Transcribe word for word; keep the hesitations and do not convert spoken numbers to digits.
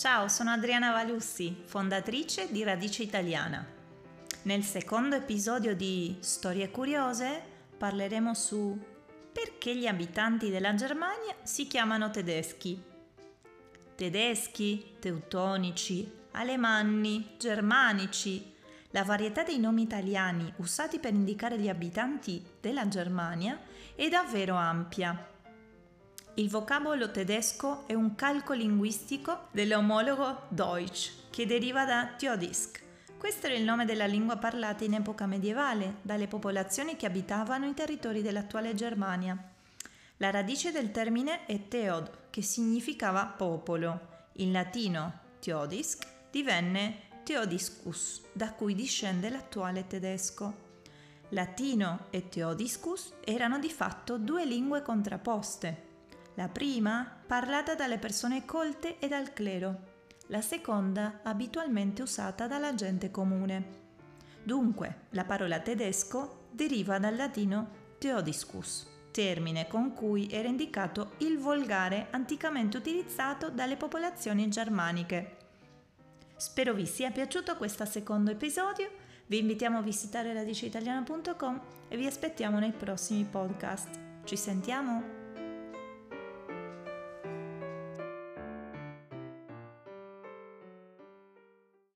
Ciao, sono Adriana Valussi, fondatrice di Radice Italiana. Nel secondo episodio di Storie Curiose parleremo su perché gli abitanti della Germania si chiamano tedeschi. Tedeschi, teutonici, alemanni, germanici. La varietà dei nomi italiani usati per indicare gli abitanti della Germania è davvero ampia. Il vocabolo tedesco è un calco linguistico dell'omologo Deutsch, che deriva da Theodisk. Questo era il nome della lingua parlata in epoca medievale dalle popolazioni che abitavano i territori dell'attuale Germania. La radice del termine è Theod, che significava popolo. In latino Theodisk divenne Theodiscus, da cui discende l'attuale tedesco. Latino e Theodiscus erano di fatto due lingue contrapposte. La prima parlata dalle persone colte e dal clero, la seconda abitualmente usata dalla gente comune. Dunque, la parola tedesco deriva dal latino Theodiscus, termine con cui era indicato il volgare anticamente utilizzato dalle popolazioni germaniche. Spero vi sia piaciuto questo secondo episodio, vi invitiamo a visitare radice italiana punto com e vi aspettiamo nei prossimi podcast. Ci sentiamo!